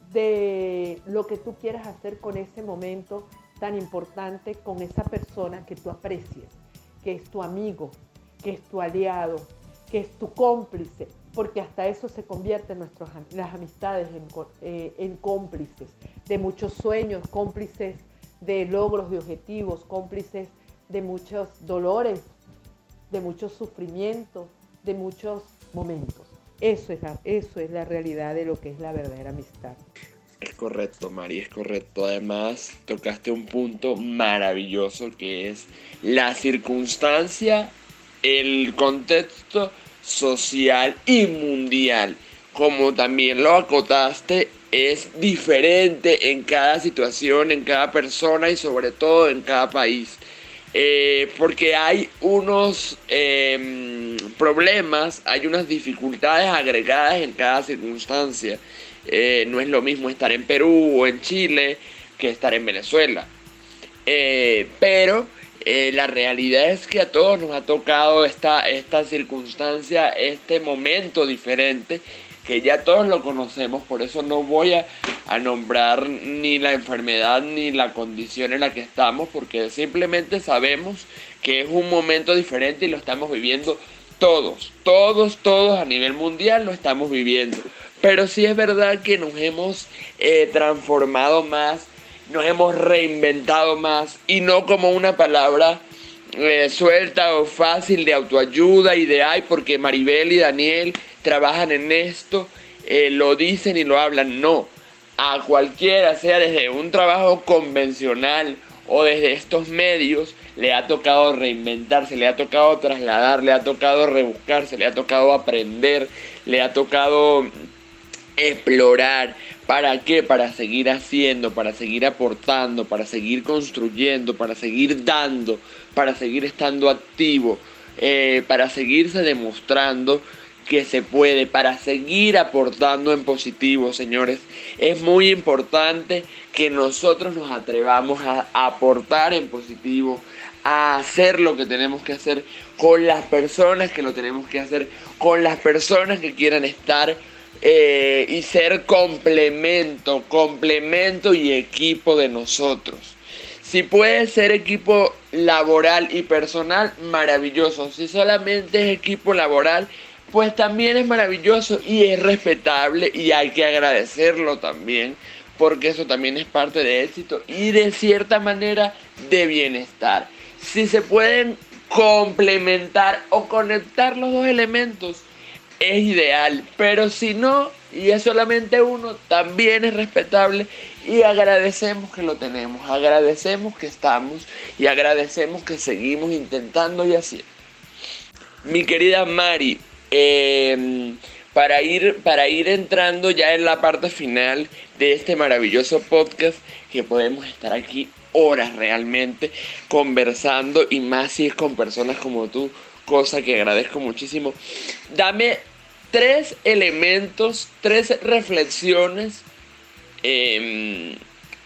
de lo que tú quieras hacer con ese momento tan importante, con esa persona que tú aprecies, que es tu amigo, que es tu aliado, que es tu cómplice, porque hasta eso se convierte en nuestras, las amistades en, eh, en cómplices de muchos sueños, cómplices de logros, de objetivos, cómplices de muchos dolores, de muchos sufrimientos, de muchos momentos. Eso es, la, eso es la realidad de lo que es la verdadera amistad. Es correcto, Mari, es correcto. Además, tocaste un punto maravilloso que es la circunstancia, el contexto social y mundial. Como también lo acotaste, es diferente en cada situación, en cada persona y sobre todo en cada país. Eh, porque hay unos eh, problemas, hay unas dificultades agregadas en cada circunstancia. Eh, no es lo mismo estar en Perú o en Chile que estar en Venezuela. Eh, pero eh, la realidad es que a todos nos ha tocado esta, esta circunstancia, este momento diferente, que ya todos lo conocemos. Por eso no voy a, a nombrar ni la enfermedad ni la condición en la que estamos, porque simplemente sabemos que es un momento diferente y lo estamos viviendo todos, todos, todos a nivel mundial lo estamos viviendo. Pero sí es verdad que nos hemos eh, transformado más, nos hemos reinventado más, y no como una palabra eh, suelta o fácil de autoayuda y de ay, porque Maribel y Daniel trabajan en esto, eh, lo dicen y lo hablan. No, a cualquiera, sea desde un trabajo convencional o desde estos medios, le ha tocado reinventarse, le ha tocado trasladar, le ha tocado rebuscarse, le ha tocado aprender, le ha tocado explorar. ¿Para qué? Para seguir haciendo, para seguir aportando, para seguir construyendo, para seguir dando, para seguir estando activo, eh, para seguirse demostrando que se puede, para seguir aportando en positivo, señores. Es muy importante que nosotros nos atrevamos a aportar en positivo, a hacer lo que tenemos que hacer con las personas que lo tenemos que hacer, con las personas que quieran estar eh, y ser complemento, complemento y equipo de nosotros. Si puede ser equipo laboral y personal, maravilloso. Si solamente es equipo laboral, pues también es maravilloso y es respetable y hay que agradecerlo también, porque eso también es parte de éxito y de cierta manera de bienestar. Si se pueden complementar o conectar los dos elementos, es ideal, pero si no, y es solamente uno, también es respetable y agradecemos que lo tenemos, agradecemos que estamos y agradecemos que seguimos intentando y haciendo. Mi querida Mari, eh, para, ir, para ir entrando ya en la parte final de este maravilloso podcast, que podemos estar aquí horas realmente conversando y más si es con personas como tú, cosa que agradezco muchísimo. Dame tres elementos, tres reflexiones eh,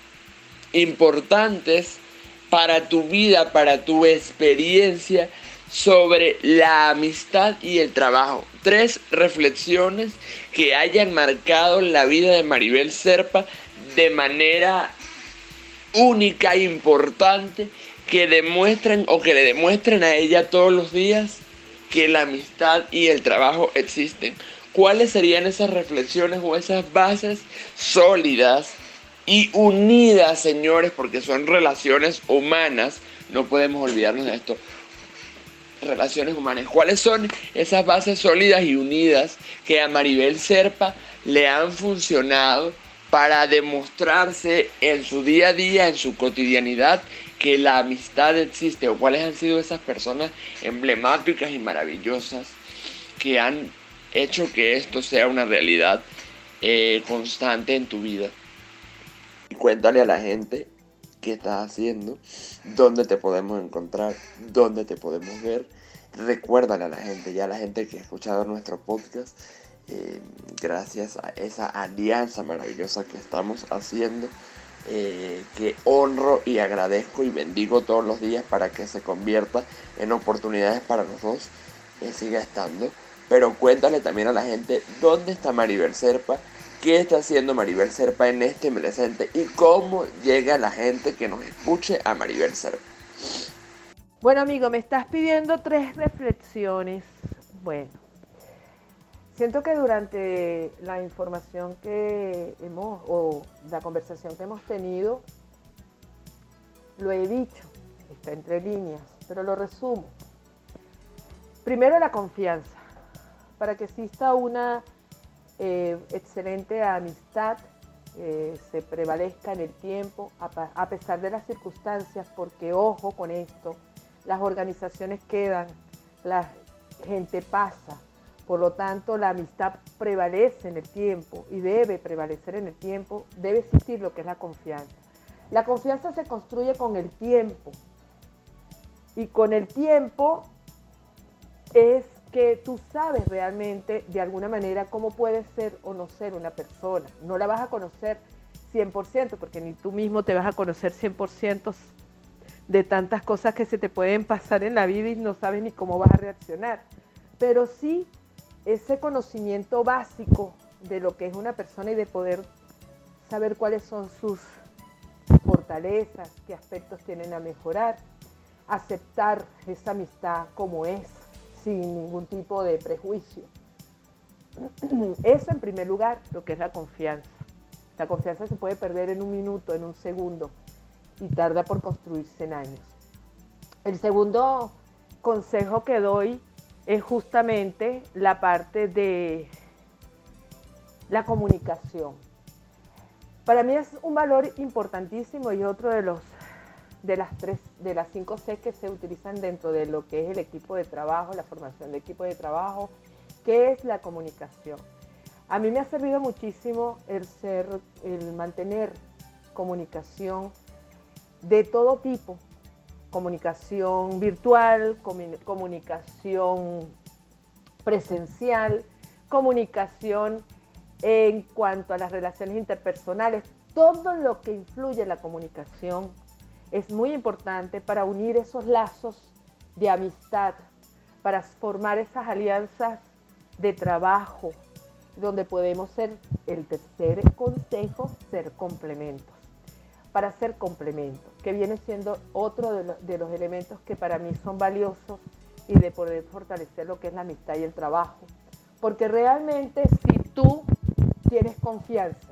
importantes para tu vida, para tu experiencia sobre la amistad y el trabajo. Tres reflexiones que hayan marcado la vida de Maribel Serpa de manera única e importante, que demuestren o que le demuestren a ella todos los días que la amistad y el trabajo existen. ¿Cuáles serían esas reflexiones o esas bases sólidas y unidas, señores? Porque son relaciones humanas, no podemos olvidarnos de esto. Relaciones humanas. ¿Cuáles son esas bases sólidas y unidas que a Maribel Serpa le han funcionado para demostrarse en su día a día, en su cotidianidad, que la amistad existe? ¿O cuáles han sido esas personas emblemáticas y maravillosas que han hecho que esto sea una realidad eh, constante en tu vida? Y cuéntale a la gente qué estás haciendo, dónde te podemos encontrar, dónde te podemos ver. Recuérdale a la gente, ya a la gente que ha escuchado nuestro podcast, eh, gracias a esa alianza maravillosa que estamos haciendo, eh, que honro y agradezco y bendigo todos los días para que se convierta en oportunidades para nosotros, que siga estando. Pero cuéntale también a la gente dónde está Maribel Serpa, qué está haciendo Maribel Serpa en este presente y cómo llega la gente que nos escuche a Maribel Serpa. Bueno, amigo, me estás pidiendo tres reflexiones. Bueno, siento que durante la información que hemos, o la conversación que hemos tenido, lo he dicho, está entre líneas, pero lo resumo. Primero, la confianza. Para que exista una eh, excelente amistad, eh, se prevalezca en el tiempo, a, a pesar de las circunstancias, porque ojo con esto, las organizaciones quedan, la gente pasa, por lo tanto la amistad prevalece en el tiempo y debe prevalecer en el tiempo, debe existir lo que es la confianza. La confianza se construye con el tiempo y con el tiempo es que tú sabes realmente de alguna manera cómo puede ser o no ser una persona. No la vas a conocer cien por ciento porque ni tú mismo te vas a conocer cien por ciento de tantas cosas que se te pueden pasar en la vida y no sabes ni cómo vas a reaccionar. Pero sí ese conocimiento básico de lo que es una persona y de poder saber cuáles son sus fortalezas, qué aspectos tienen a mejorar, aceptar esa amistad como es, sin ningún tipo de prejuicio. Eso en primer lugar, lo que es la confianza. La confianza se puede perder en un minuto, en un segundo, y tarda por construirse en años. El segundo consejo que doy es justamente la parte de la comunicación. Para mí es un valor importantísimo y otro de los de las tres, de las cinco C que se utilizan dentro de lo que es el equipo de trabajo, la formación de equipo de trabajo, que es la comunicación. A mí me ha servido muchísimo el ser, el mantener comunicación de todo tipo, comunicación virtual, comunicación presencial, comunicación en cuanto a las relaciones interpersonales, todo lo que influye en la comunicación es muy importante para unir esos lazos de amistad, para formar esas alianzas de trabajo, donde podemos ser, el tercer consejo, ser complementos. Para ser complementos, que viene siendo otro de, lo, de los elementos que para mí son valiosos y de poder fortalecer lo que es la amistad y el trabajo. Porque realmente si tú tienes confianza,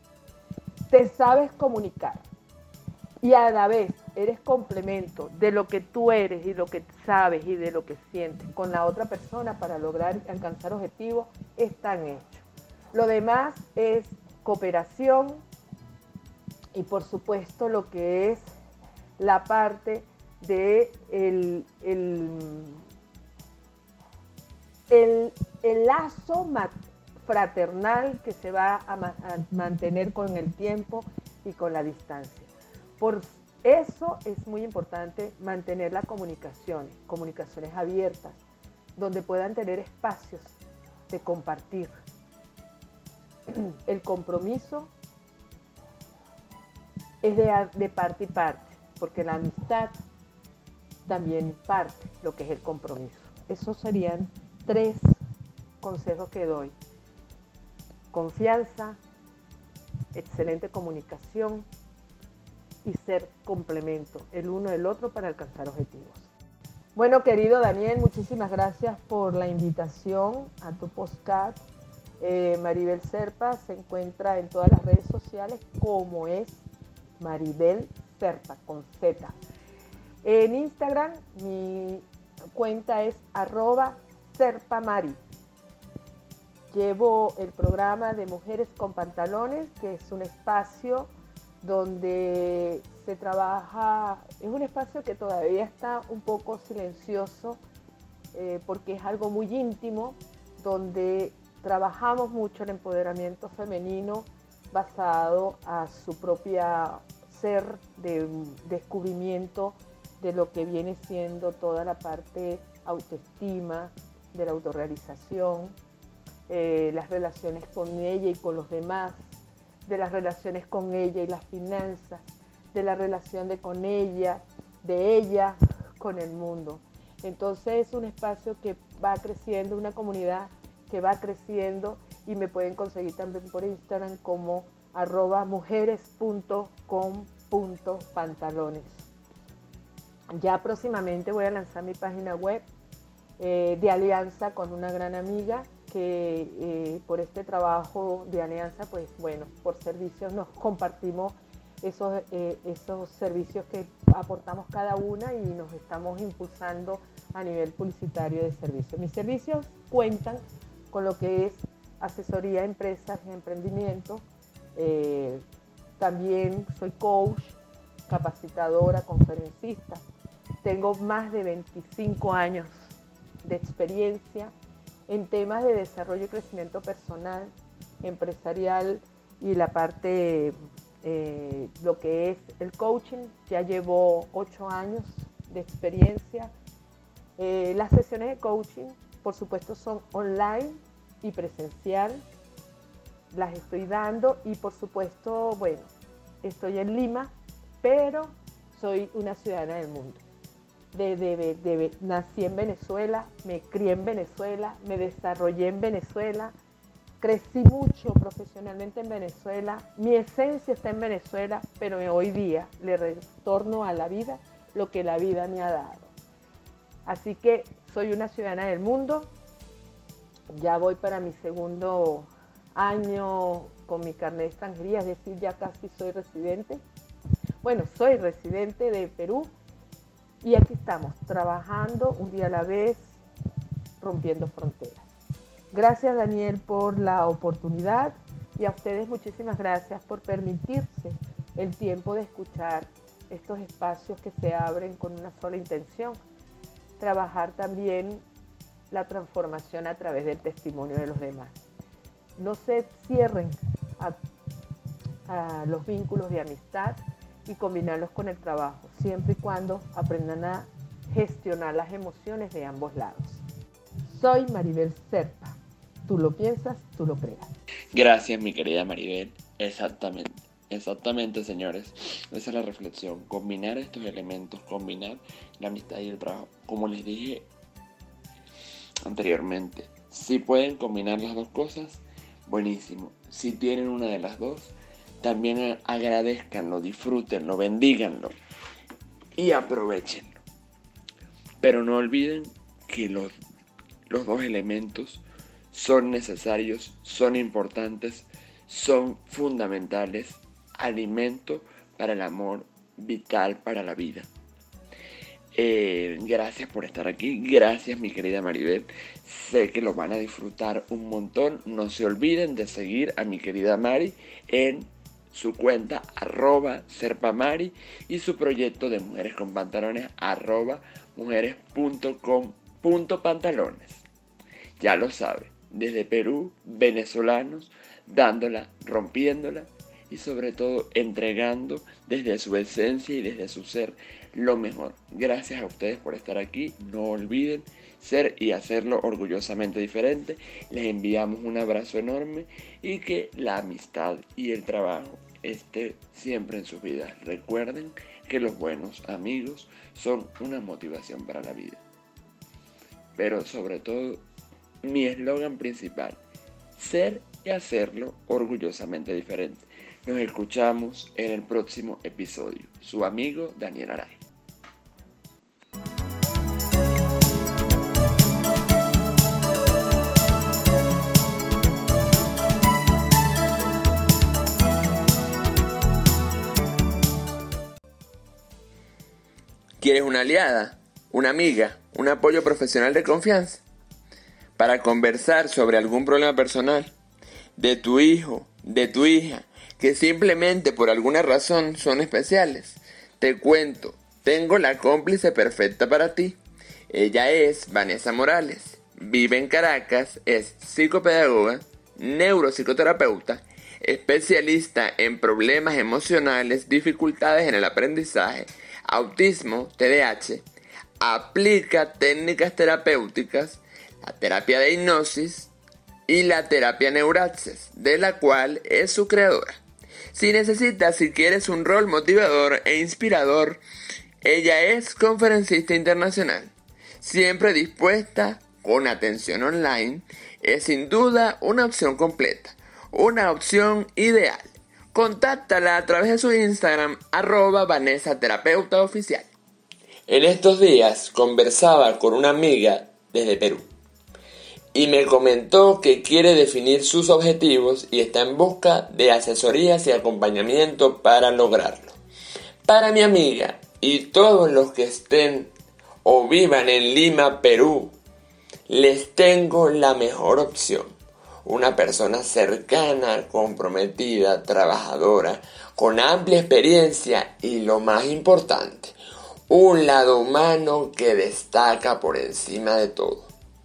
te sabes comunicar, y a la vez eres complemento de lo que tú eres y lo que sabes y de lo que sientes con la otra persona para lograr alcanzar objetivos, están hechos. Lo demás es cooperación y por supuesto lo que es la parte de el, el, el, el lazo fraternal que se va a, ma- a mantener con el tiempo y con la distancia. Por eso es muy importante mantener la comunicación, comunicaciones abiertas, donde puedan tener espacios de compartir. El compromiso es de, de parte y parte, porque la amistad también parte lo que es el compromiso. Esos serían tres consejos que doy. Confianza, excelente comunicación y ser complemento el uno del otro para alcanzar objetivos. Bueno, querido Daniel, muchísimas gracias por la invitación a tu podcast. Eh, Maribel Serpa se encuentra en todas las redes sociales como es Maribel Serpa con Z. En Instagram mi cuenta es arroba serpamari. Llevo el programa de Mujeres con Pantalones, que es un espacio donde se trabaja, es un espacio que todavía está un poco silencioso eh, porque es algo muy íntimo, donde trabajamos mucho el empoderamiento femenino basado a su propia ser de descubrimiento de lo que viene siendo toda la parte autoestima, de la autorrealización, eh, las relaciones con ella y con los demás, de las relaciones con ella y las finanzas, de la relación de con ella, de ella con el mundo. Entonces es un espacio que va creciendo, una comunidad que va creciendo y me pueden conseguir también por Instagram como arroba mujeres punto com punto pantalones. Ya próximamente voy a lanzar mi página web eh, de alianza con una gran amiga que eh, por este trabajo de alianza, pues bueno, por servicios nos compartimos esos, eh, esos servicios que aportamos cada una y nos estamos impulsando a nivel publicitario de servicios. Mis servicios cuentan con lo que es asesoría a empresas y emprendimiento. Eh, también soy coach, capacitadora, conferencista. Tengo más de veinticinco años de experiencia en temas de desarrollo y crecimiento personal, empresarial y la parte, eh, lo que es el coaching. Ya llevo ocho años de experiencia. Eh, las sesiones de coaching, por supuesto, son online y presencial. Las estoy dando y, por supuesto, bueno, estoy en Lima, pero soy una ciudadana del mundo. De, de, de, de, nací en Venezuela, me crié en Venezuela, me desarrollé en Venezuela, crecí mucho profesionalmente en Venezuela, mi esencia está en Venezuela, pero hoy día le retorno a la vida lo que la vida me ha dado. Así que soy una ciudadana del mundo, ya voy para mi segundo año con mi carnet de extranjería, es decir, ya casi soy residente. Bueno, soy residente de Perú. Y aquí estamos, trabajando un día a la vez, rompiendo fronteras. Gracias, Daniel, por la oportunidad y a ustedes muchísimas gracias por permitirse el tiempo de escuchar estos espacios que se abren con una sola intención, trabajar también la transformación a través del testimonio de los demás. No se cierren a, a los vínculos de amistad y combinarlos con el trabajo, siempre y cuando aprendan a gestionar las emociones de ambos lados. Soy Maribel Serpa. Tú lo piensas, tú lo creas. Gracias, mi querida Maribel. Exactamente, exactamente, señores. Esa es la reflexión. Combinar estos elementos, combinar la amistad y el trabajo. Como les dije anteriormente, si pueden combinar las dos cosas, buenísimo. Si tienen una de las dos, también agradezcanlo, disfrútenlo, bendíganlo y aprovechenlo. Pero no olviden que los, los dos elementos son necesarios, son importantes, son fundamentales, alimento para el amor, vital para la vida. Eh, gracias por estar aquí, gracias mi querida Maribel, sé que lo van a disfrutar un montón. No se olviden de seguir a mi querida Mari en su cuenta arroba serpamari y su proyecto de Mujeres con Pantalones arroba mujeres punto com punto pantalones. Ya lo saben, desde Perú, venezolanos, dándola, rompiéndola y sobre todo entregando desde su esencia y desde su ser lo mejor. Gracias a ustedes por estar aquí. No olviden ser y hacerlo orgullosamente diferente. Les enviamos un abrazo enorme y que la amistad y el trabajo esté siempre en sus vidas. Recuerden que los buenos amigos son una motivación para la vida. Pero sobre todo, mi eslogan principal, ser y hacerlo orgullosamente diferente. Nos escuchamos en el próximo episodio. Su amigo Daniel Aray. ¿Quieres una aliada, una amiga, un apoyo profesional de confianza? Para conversar sobre algún problema personal, de tu hijo, de tu hija, que simplemente por alguna razón son especiales. Te cuento, tengo la cómplice perfecta para ti. Ella es Vanessa Morales, vive en Caracas, es psicopedagoga, neuropsicoterapeuta, especialista en problemas emocionales, dificultades en el aprendizaje, autismo, T D A H, aplica técnicas terapéuticas, la terapia de hipnosis y la terapia Neuraccess, de la cual es su creadora. Si necesitas, si quieres un rol motivador e inspirador, ella es conferencista internacional, siempre dispuesta, con atención online, es sin duda una opción completa, una opción ideal. Contáctala a través de su Instagram, arroba Vanessa Terapeuta Oficial. En estos días conversaba con una amiga desde Perú y me comentó que quiere definir sus objetivos y está en busca de asesorías y acompañamiento para lograrlo. Para mi amiga y todos los que estén o vivan en Lima, Perú, les tengo la mejor opción. Una persona cercana, comprometida, trabajadora, con amplia experiencia y lo más importante, un lado humano que destaca por encima de todo.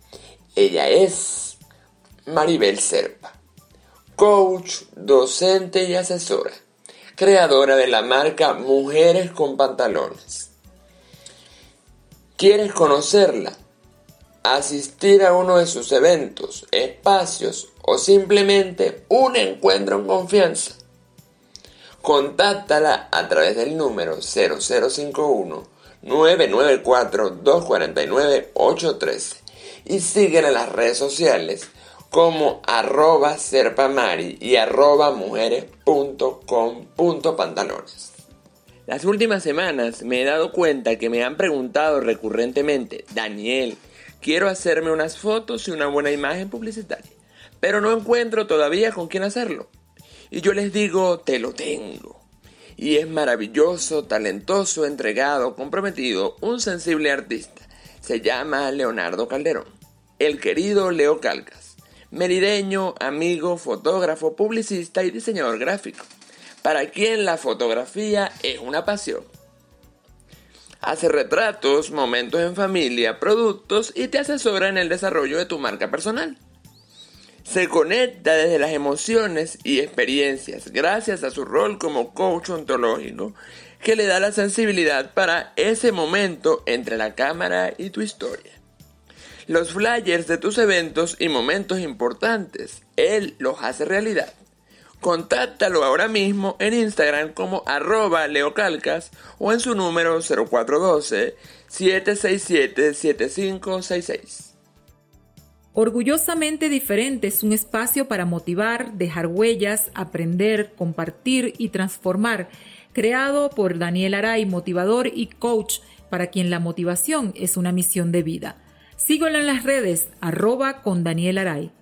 Ella es Maribel Serpa, coach, docente y asesora, creadora de la marca Mujeres con Pantalones. ¿Quieres conocerla? Asistir a uno de sus eventos, espacios o simplemente un encuentro en confianza? Contáctala a través del número cero cero cinco uno, nueve nueve cuatro, dos cuatro nueve, ocho uno tres y síguela en las redes sociales como arroba serpamari y arroba mujeres punto com punto pantalones. Las últimas semanas me he dado cuenta que me han preguntado recurrentemente: Daniel, quiero hacerme unas fotos y una buena imagen publicitaria, pero no encuentro todavía con quién hacerlo. Y yo les digo, te lo tengo. Y es maravilloso, talentoso, entregado, comprometido, un sensible artista. Se llama Leonardo Calderón, el querido Leo Calcas, merideño, amigo, fotógrafo, publicista y diseñador gráfico, para quien la fotografía es una pasión. Hace retratos, momentos en familia, productos y te asesora en el desarrollo de tu marca personal. Se conecta desde las emociones y experiencias gracias a su rol como coach ontológico que le da la sensibilidad para ese momento entre la cámara y tu historia. Los flyers de tus eventos y momentos importantes, él los hace realidad. Contáctalo ahora mismo en Instagram como arroba leocalcas o en su número cero cuatro uno dos, siete seis siete, siete cinco seis seis. Orgullosamente Diferente es un espacio para motivar, dejar huellas, aprender, compartir y transformar, creado por Daniel Aray, motivador y coach, para quien la motivación es una misión de vida. Síguelo en las redes, arroba con Daniel Aray.